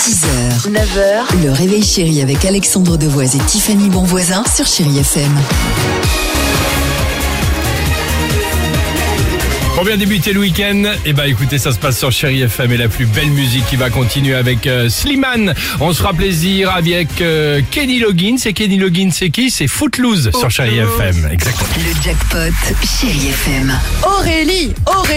6h, 9h, le réveil chéri avec Alexandre Devoise et Tiffany Bonvoisin sur Chéri FM. Pour bien débuter le week-end, écoutez, ça se passe sur Chéri FM et la plus belle musique qui va continuer avec Slimane. On se fera plaisir avec Kenny Loggins. Et Kenny Loggins, c'est qui? C'est Footloose sur Chéri FM. Exactement. Le jackpot Chéri FM. Aurélie,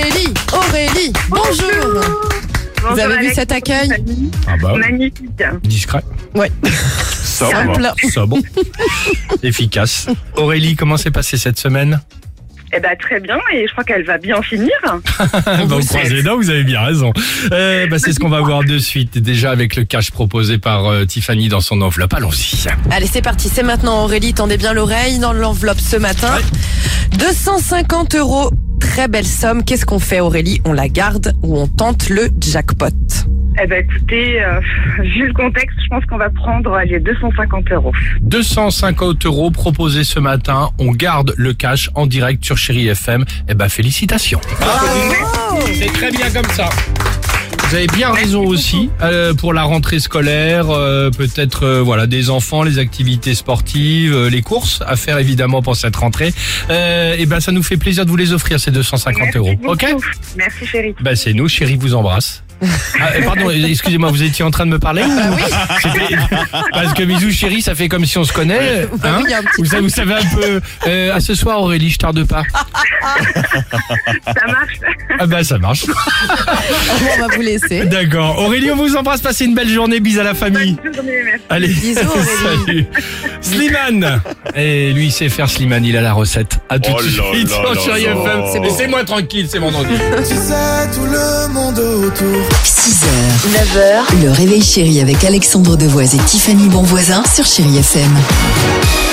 bonjour. Vous avez vu cet accueil? Ah bah, Magnifique. discret. Ouais. Simple. Sobre. Efficace. Aurélie, comment s'est passée cette semaine? Très bien, et je crois qu'elle va bien finir. Vous croisez les dents, vous avez bien raison. C'est ce qu'on va voir de suite. Déjà avec le cash proposé par Tiffany dans son enveloppe. Allons-y. Allez, c'est parti, c'est maintenant Aurélie, tendez bien l'oreille dans l'enveloppe ce matin. 250 €, très belle somme. Qu'est-ce qu'on fait Aurélie? On la garde ou on tente le jackpot? Écoutez, vu le contexte, je pense qu'on va prendre les 250 €. 250 € proposés ce matin. On garde le cash en direct sur Chéri FM. Félicitations. C'est très bien comme ça. Vous avez bien raison aussi pour la rentrée scolaire, peut-être des enfants, les activités sportives, les courses à faire évidemment pour cette rentrée. Ça nous fait plaisir de vous les offrir ces 250 €. Ok? Merci chérie. C'est nous, Chéri vous embrasse. Pardon, excusez-moi, vous étiez en train de me parler? Oui. Parce que bisous chérie, ça fait comme si on se connaît. Hein? Oui, un petit Vous savez un peu. À ce soir Aurélie, je tarde pas. Ça marche. Ça marche. On va vous laisser. D'accord. Aurélie, on vous embrasse, passez une belle journée, bis à la famille. Bonne journée, merci. Allez. Bisous, Aurélie. Salut. Slimane. Et lui, il sait faire Slimane, il a la recette. À tout de suite sur Chéri FM. Laissez-moi tranquille, c'est vendredi. Tu sais, tout le monde autour. 6h, 9h, le réveil chéri avec Alexandre Devoise et Tiffany Bonvoisin sur Chéri FM.